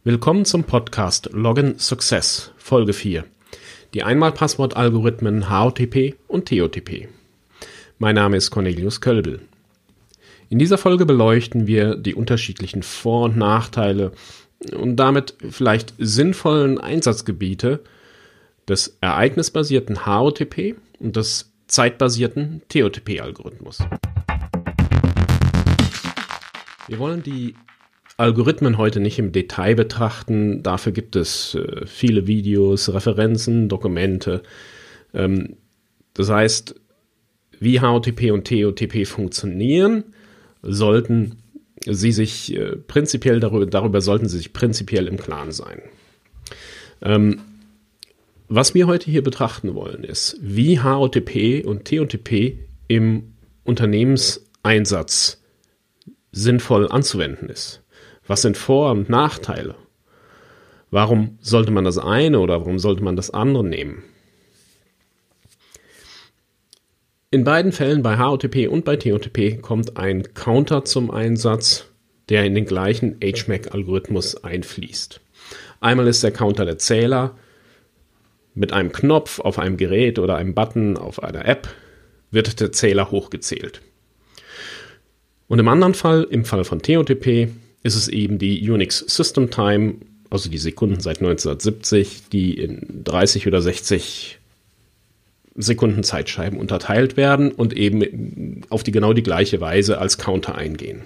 Willkommen zum Podcast Login Success, Folge 4. Die Einmalpasswort-Algorithmen HOTP und TOTP. Mein Name ist Cornelius Kölbel. In dieser Folge beleuchten wir die unterschiedlichen Vor- und Nachteile und damit vielleicht sinnvollen Einsatzgebiete des ereignisbasierten HOTP und des zeitbasierten TOTP-Algorithmus. Wir wollen die Algorithmen heute nicht im Detail betrachten. Dafür gibt es viele Videos, Referenzen, Dokumente. Das heißt, wie HOTP und TOTP funktionieren, sollten Sie sich prinzipiell darüber sollten Sie sich prinzipiell im Klaren sein. Was wir heute hier betrachten wollen, ist, wie HOTP und TOTP im Unternehmenseinsatz sinnvoll anzuwenden ist. Was sind Vor- und Nachteile? Warum sollte man das eine oder warum sollte man das andere nehmen? In beiden Fällen, bei HOTP und bei TOTP, kommt ein Counter zum Einsatz, der in den gleichen HMAC-Algorithmus einfließt. Einmal ist der Counter der Zähler. Mit einem Knopf auf einem Gerät oder einem Button auf einer App wird der Zähler hochgezählt. Und im anderen Fall, im Fall von TOTP, ist es eben die Unix System Time, also die Sekunden seit 1970, die in 30 oder 60 Sekunden Zeitscheiben unterteilt werden und eben auf genau die gleiche Weise als Counter eingehen.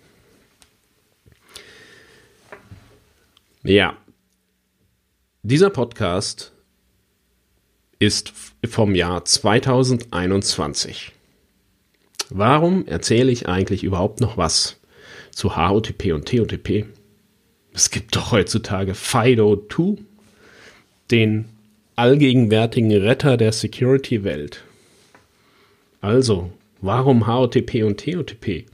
Ja, dieser Podcast ist vom Jahr 2021. Warum erzähle ich eigentlich überhaupt noch was zu HOTP und TOTP? Es gibt doch heutzutage FIDO2, den allgegenwärtigen Retter der Security-Welt. Also, warum HOTP und TOTP?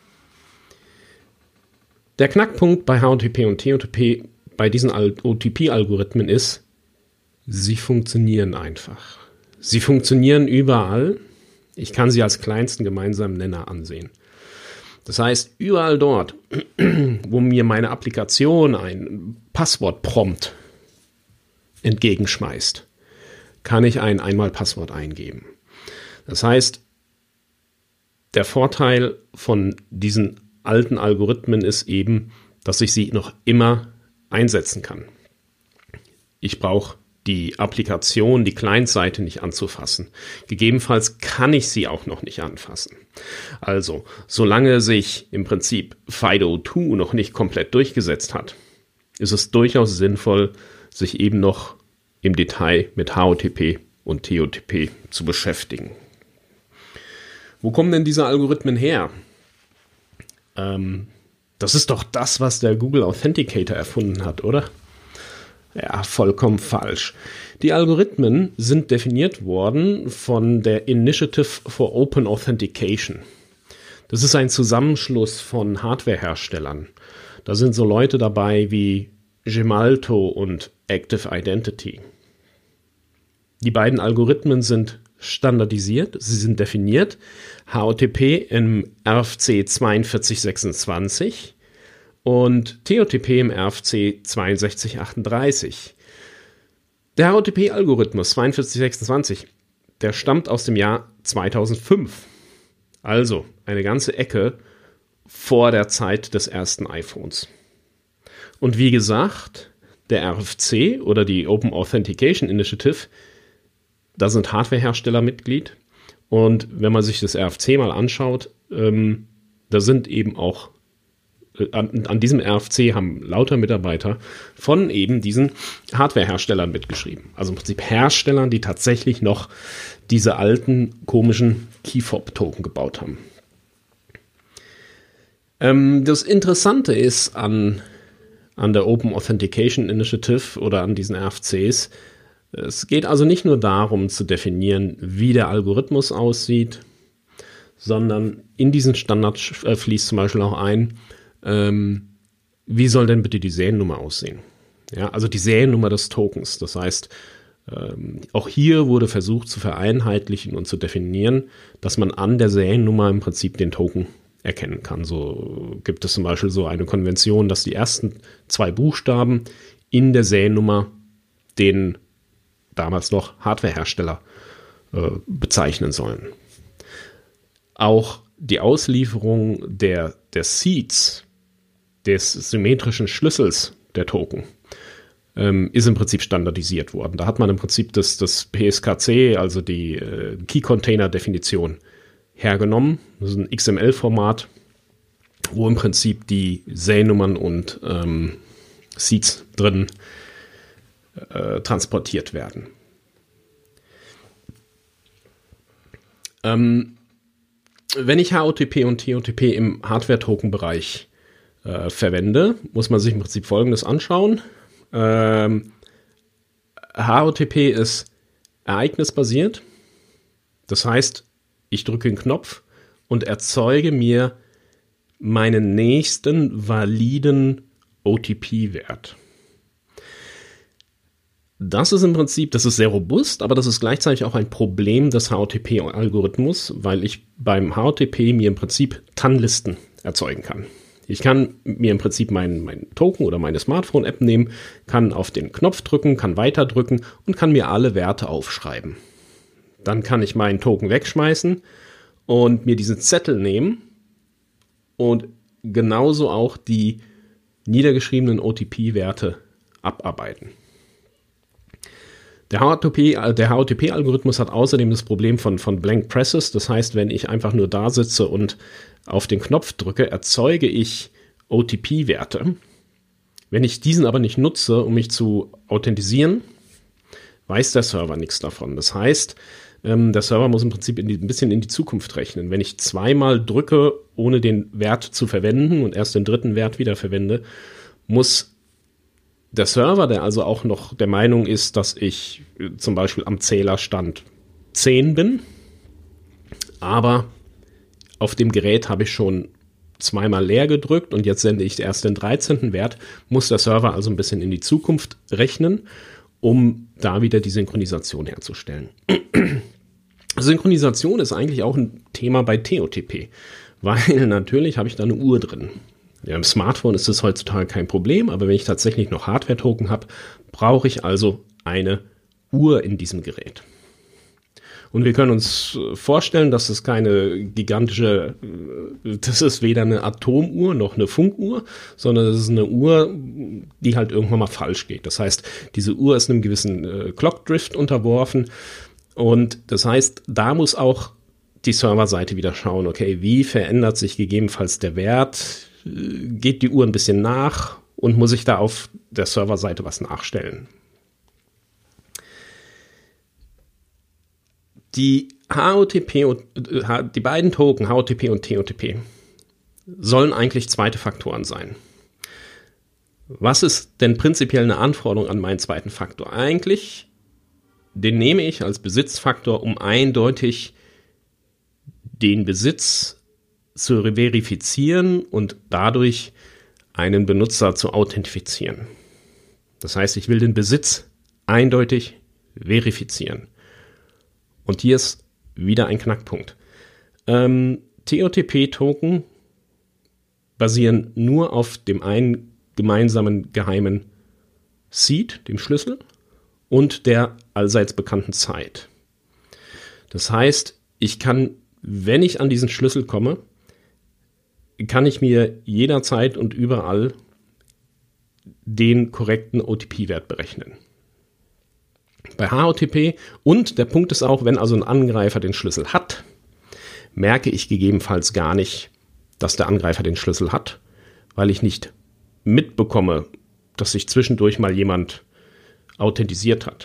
Der Knackpunkt bei HOTP und TOTP bei diesen OTP-Algorithmen ist, sie funktionieren einfach. Sie funktionieren überall. Ich kann sie als kleinsten gemeinsamen Nenner ansehen. Das heißt, überall dort, wo mir meine Applikation ein Passwortprompt entgegenschmeißt, kann ich ein Einmalpasswort eingeben. Das heißt, der Vorteil von diesen alten Algorithmen ist eben, dass ich sie noch immer einsetzen kann. Ich brauche die Applikation, die Client-Seite nicht anzufassen. Gegebenenfalls kann ich sie auch noch nicht anfassen. Also, solange sich im Prinzip FIDO2 noch nicht komplett durchgesetzt hat, ist es durchaus sinnvoll, sich eben noch im Detail mit HOTP und TOTP zu beschäftigen. Wo kommen denn diese Algorithmen her? Das ist doch das, was der Google Authenticator erfunden hat, oder? Ja, vollkommen falsch. Die Algorithmen sind definiert worden von der Initiative for Open Authentication. Das ist ein Zusammenschluss von Hardwareherstellern. Da sind so Leute dabei wie Gemalto und Active Identity. Die beiden Algorithmen sind standardisiert, sie sind definiert. HOTP im RFC 4226 und TOTP im RFC 6238. Der HOTP-Algorithmus 4226, der stammt aus dem Jahr 2005. Also eine ganze Ecke vor der Zeit des ersten iPhones. Und wie gesagt, der RFC oder die Open Authentication Initiative, da sind Hardwarehersteller Mitglied. Und wenn man sich das RFC mal anschaut, da sind eben auch an diesem RFC haben lauter Mitarbeiter von eben diesen Hardwareherstellern mitgeschrieben. Also im Prinzip Herstellern, die tatsächlich noch diese alten komischen Key-Fob-Token gebaut haben. Das Interessante ist an der Open Authentication Initiative oder an diesen RFCs, es geht also nicht nur darum zu definieren, wie der Algorithmus aussieht, sondern in diesen Standard fließt zum Beispiel auch ein, wie soll denn bitte die Seriennummer aussehen? Ja, also die Seriennummer des Tokens. Das heißt, auch hier wurde versucht zu vereinheitlichen und zu definieren, dass man an der Seriennummer im Prinzip den Token erkennen kann. So gibt es zum Beispiel so eine Konvention, dass die ersten 2 Buchstaben in der Seriennummer den damals noch Hardwarehersteller bezeichnen sollen. Auch die Auslieferung der Seeds, des symmetrischen Schlüssels der Token, ist im Prinzip standardisiert worden. Da hat man im Prinzip das PSKC, also die Key-Container-Definition, hergenommen. Das ist ein XML-Format, wo im Prinzip die Seriennummern und Seeds drin transportiert werden. Wenn ich HOTP und TOTP im Hardware-Token-Bereich verwende, muss man sich im Prinzip Folgendes anschauen. HOTP ist ereignisbasiert. Das heißt, ich drücke den Knopf und erzeuge mir meinen nächsten validen OTP-Wert. Das ist im Prinzip, das ist sehr robust, aber das ist gleichzeitig auch ein Problem des HOTP-Algorithmus, weil ich beim HOTP mir im Prinzip TAN-Listen erzeugen kann. Ich kann mir im Prinzip meinen Token oder meine Smartphone-App nehmen, kann auf den Knopf drücken, kann weiter drücken und kann mir alle Werte aufschreiben. Dann kann ich meinen Token wegschmeißen und mir diesen Zettel nehmen und genauso auch die niedergeschriebenen OTP-Werte abarbeiten. Der HOTP-Algorithmus hat außerdem das Problem von Blank Presses. Das heißt, wenn ich einfach nur da sitze und auf den Knopf drücke, erzeuge ich OTP-Werte. Wenn ich diesen aber nicht nutze, um mich zu authentisieren, weiß der Server nichts davon. Das heißt, der Server muss im Prinzip ein bisschen in die Zukunft rechnen. Wenn ich zweimal drücke, ohne den Wert zu verwenden und erst den dritten Wert wieder verwende, muss der Server, der also auch noch der Meinung ist, dass ich zum Beispiel am Zählerstand 10 bin, aber auf dem Gerät habe ich schon zweimal leer gedrückt und jetzt sende ich erst den 13. Wert, muss der Server also ein bisschen in die Zukunft rechnen, um da wieder die Synchronisation herzustellen. Synchronisation ist eigentlich auch ein Thema bei TOTP, weil natürlich habe ich da eine Uhr drin. Ja, im Smartphone ist das heutzutage kein Problem, aber wenn ich tatsächlich noch Hardware-Token habe, brauche ich also eine Uhr in diesem Gerät. Und wir können uns vorstellen, dass es keine gigantische, das ist weder eine Atomuhr noch eine Funkuhr, sondern das ist eine Uhr, die halt irgendwann mal falsch geht. Das heißt, diese Uhr ist einem gewissen Clock-Drift unterworfen und das heißt, da muss auch die Serverseite wieder schauen, okay, wie verändert sich gegebenenfalls der Wert, geht die Uhr ein bisschen nach und muss ich da auf der Serverseite was nachstellen. Die die beiden Token, HOTP und TOTP, sollen eigentlich zweite Faktoren sein. Was ist denn prinzipiell eine Anforderung an meinen zweiten Faktor? Eigentlich, den nehme ich als Besitzfaktor, um eindeutig den Besitz zu verifizieren und dadurch einen Benutzer zu authentifizieren. Das heißt, ich will den Besitz eindeutig verifizieren. Und hier ist wieder ein Knackpunkt. TOTP-Token basieren nur auf dem einen gemeinsamen geheimen Seed, dem Schlüssel, und der allseits bekannten Zeit. Das heißt, ich kann, wenn ich an diesen Schlüssel komme, kann ich mir jederzeit und überall den korrekten OTP-Wert berechnen. Bei HOTP, und der Punkt ist auch, wenn also ein Angreifer den Schlüssel hat, merke ich gegebenenfalls gar nicht, dass der Angreifer den Schlüssel hat, weil ich nicht mitbekomme, dass sich zwischendurch mal jemand authentisiert hat.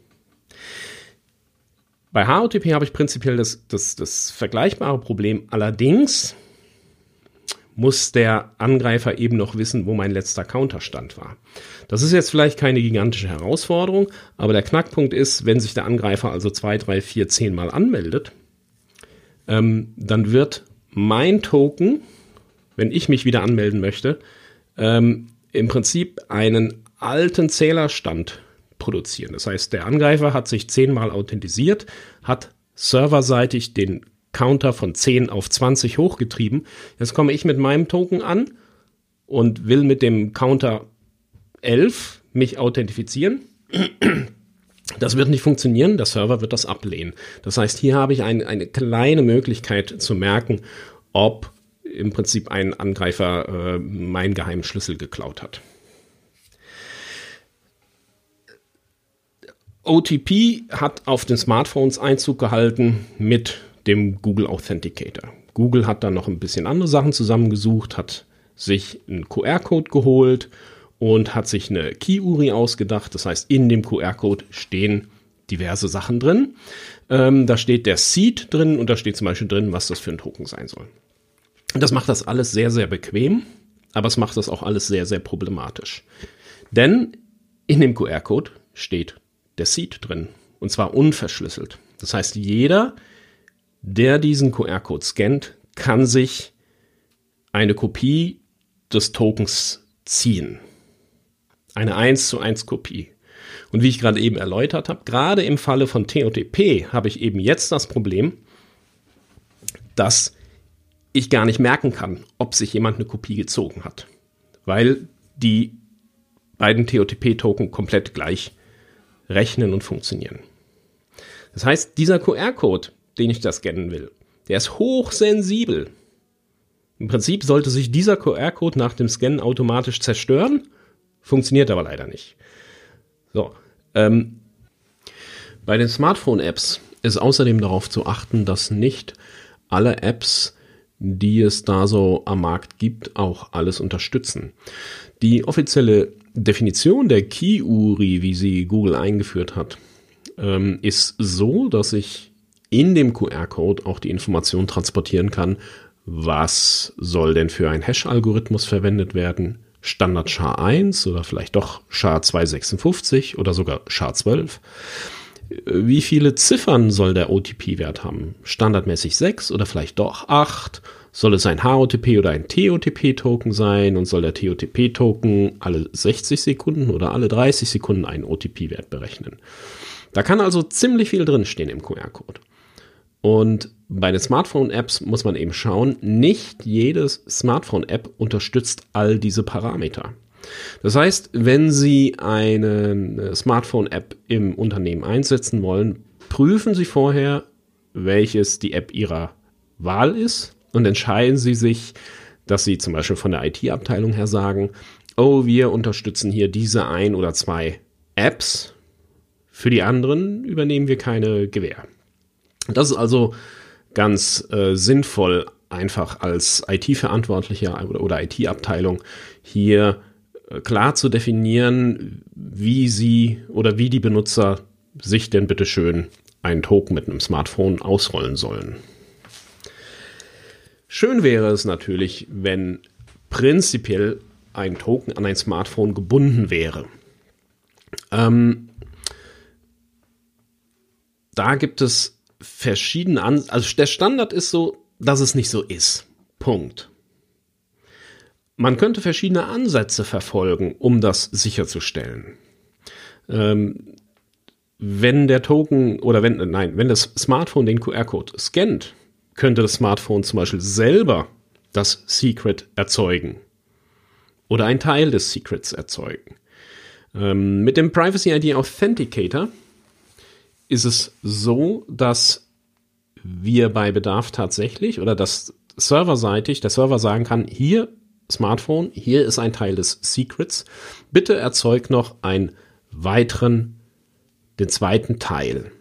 Bei HOTP habe ich prinzipiell das vergleichbare Problem, allerdings muss der Angreifer eben noch wissen, wo mein letzter Counterstand war. Das ist jetzt vielleicht keine gigantische Herausforderung, aber der Knackpunkt ist, wenn sich der Angreifer also 2, 3, 4, 10 Mal anmeldet, dann wird mein Token, wenn ich mich wieder anmelden möchte, im Prinzip einen alten Zählerstand produzieren. Das heißt, der Angreifer hat sich 10 Mal authentisiert, hat serverseitig den Counter von 10 auf 20 hochgetrieben. Jetzt komme ich mit meinem Token an und will mit dem Counter 11 mich authentifizieren. Das wird nicht funktionieren, der Server wird das ablehnen. Das heißt, hier habe ich eine kleine Möglichkeit zu merken, ob im Prinzip ein Angreifer meinen geheimen Schlüssel geklaut hat. OTP hat auf den Smartphones Einzug gehalten mit dem Google Authenticator. Google hat da noch ein bisschen andere Sachen zusammengesucht, hat sich einen QR-Code geholt und hat sich eine Key-URI ausgedacht. Das heißt, in dem QR-Code stehen diverse Sachen drin. Da steht der Seed drin und da steht zum Beispiel drin, was das für ein Token sein soll. Das macht das alles sehr, sehr bequem, aber es macht das auch alles sehr, sehr problematisch. Denn in dem QR-Code steht der Seed drin und zwar unverschlüsselt. Das heißt, jeder, der diesen QR-Code scannt, kann sich eine Kopie des Tokens ziehen. Eine 1:1 Kopie. Und wie ich gerade eben erläutert habe, gerade im Falle von TOTP habe ich eben jetzt das Problem, dass ich gar nicht merken kann, ob sich jemand eine Kopie gezogen hat. Weil die beiden TOTP-Token komplett gleich rechnen und funktionieren. Das heißt, dieser QR-Code, den ich da scannen will, der ist hochsensibel. Im Prinzip sollte sich dieser QR-Code nach dem Scannen automatisch zerstören, funktioniert aber leider nicht. So, bei den Smartphone-Apps ist außerdem darauf zu achten, dass nicht alle Apps, die es da so am Markt gibt, auch alles unterstützen. Die offizielle Definition der Key-URI, wie sie Google eingeführt hat, ist so, dass ich in dem QR-Code auch die Information transportieren kann, was soll denn für ein Hash-Algorithmus verwendet werden, Standard SHA-1 oder vielleicht doch SHA-256 oder sogar SHA-12. Wie viele Ziffern soll der OTP-Wert haben? Standardmäßig 6 oder vielleicht doch 8? Soll es ein HOTP oder ein TOTP-Token sein? Und soll der TOTP-Token alle 60 Sekunden oder alle 30 Sekunden einen OTP-Wert berechnen? Da kann also ziemlich viel drinstehen im QR-Code. Und bei den Smartphone-Apps muss man eben schauen, nicht jedes Smartphone-App unterstützt all diese Parameter. Das heißt, wenn Sie eine Smartphone-App im Unternehmen einsetzen wollen, prüfen Sie vorher, welches die App Ihrer Wahl ist und entscheiden Sie sich, dass Sie zum Beispiel von der IT-Abteilung her sagen, oh, wir unterstützen hier diese 1 oder 2 Apps, für die anderen übernehmen wir keine Gewähr. Das ist also ganz sinnvoll, einfach als IT-Verantwortlicher oder IT-Abteilung hier klar zu definieren, wie Sie oder wie die Benutzer sich denn bitteschön einen Token mit einem Smartphone ausrollen sollen. Schön wäre es natürlich, wenn prinzipiell ein Token an ein Smartphone gebunden wäre. Da gibt es verschiedene also der Standard ist so, dass es nicht so ist. Punkt. Man könnte verschiedene Ansätze verfolgen, um das sicherzustellen. Wenn der Token oder wenn das Smartphone den QR-Code scannt, könnte das Smartphone zum Beispiel selber das Secret erzeugen oder einen Teil des Secrets erzeugen. Mit dem Privacy ID Authenticator ist es so, dass wir bei Bedarf tatsächlich oder dass serverseitig der Server sagen kann, hier Smartphone, hier ist ein Teil des Secrets, bitte erzeug noch den zweiten Teil.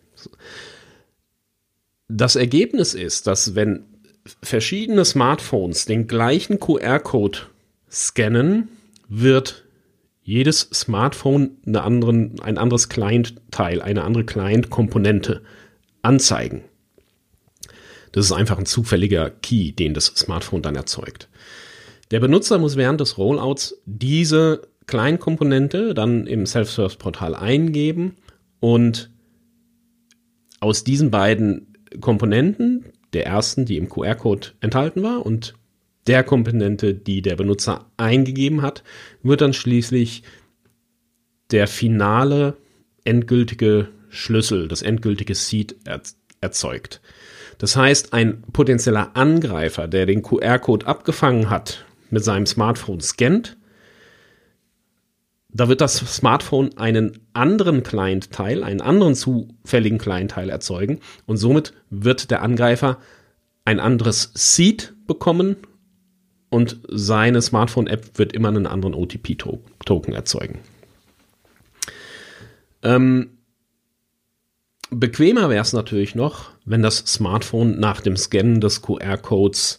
Das Ergebnis ist, dass wenn verschiedene Smartphones den gleichen QR-Code scannen, wird jedes Smartphone ein anderes Client-Teil, eine andere Client-Komponente anzeigen. Das ist einfach ein zufälliger Key, den das Smartphone dann erzeugt. Der Benutzer muss während des Rollouts diese Client-Komponente dann im Self-Service-Portal eingeben und aus diesen beiden Komponenten, der ersten, die im QR-Code enthalten war, und der Komponente, die der Benutzer eingegeben hat, wird dann schließlich der finale endgültige Schlüssel, das endgültige Seed erzeugt. Das heißt, ein potenzieller Angreifer, der den QR-Code abgefangen hat, mit seinem Smartphone scannt, da wird das Smartphone einen anderen Client-Teil, einen anderen zufälligen Client-Teil erzeugen und somit wird der Angreifer ein anderes Seed bekommen und seine Smartphone-App wird immer einen anderen OTP-Token erzeugen. Bequemer wäre es natürlich noch, wenn das Smartphone nach dem Scannen des QR-Codes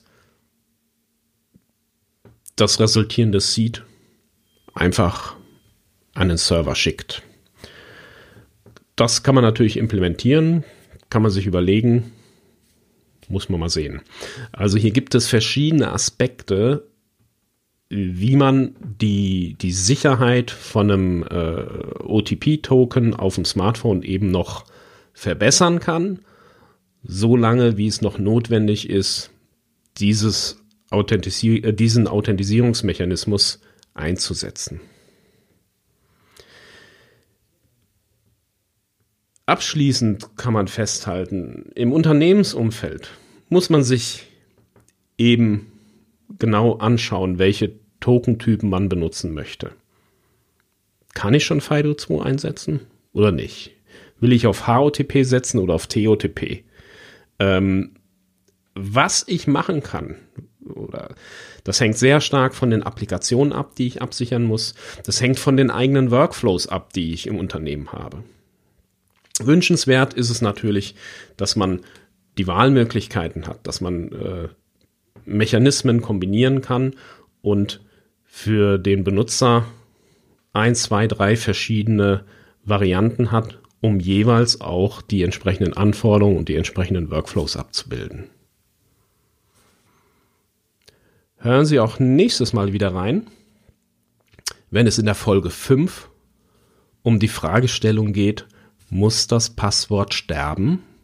das resultierende Seed einfach an den Server schickt. Das kann man natürlich implementieren, kann man sich überlegen, muss man mal sehen. Also hier gibt es verschiedene Aspekte, wie man die Sicherheit von einem OTP-Token auf dem Smartphone eben noch verbessern kann, solange wie es noch notwendig ist, diesen Authentisierungsmechanismus einzusetzen. Abschließend kann man festhalten, im Unternehmensumfeld muss man sich eben genau anschauen, welche Tokentypen man benutzen möchte. Kann ich schon FIDO2 einsetzen oder nicht? Will ich auf HOTP setzen oder auf TOTP? Was ich machen kann, das hängt sehr stark von den Applikationen ab, die ich absichern muss. Das hängt von den eigenen Workflows ab, die ich im Unternehmen habe. Wünschenswert ist es natürlich, dass man die Wahlmöglichkeiten hat, dass man Mechanismen kombinieren kann und für den Benutzer 1, 2, 3 verschiedene Varianten hat, um jeweils auch die entsprechenden Anforderungen und die entsprechenden Workflows abzubilden. Hören Sie auch nächstes Mal wieder rein, wenn es in der Folge 5 um die Fragestellung geht, muss das Passwort sterben?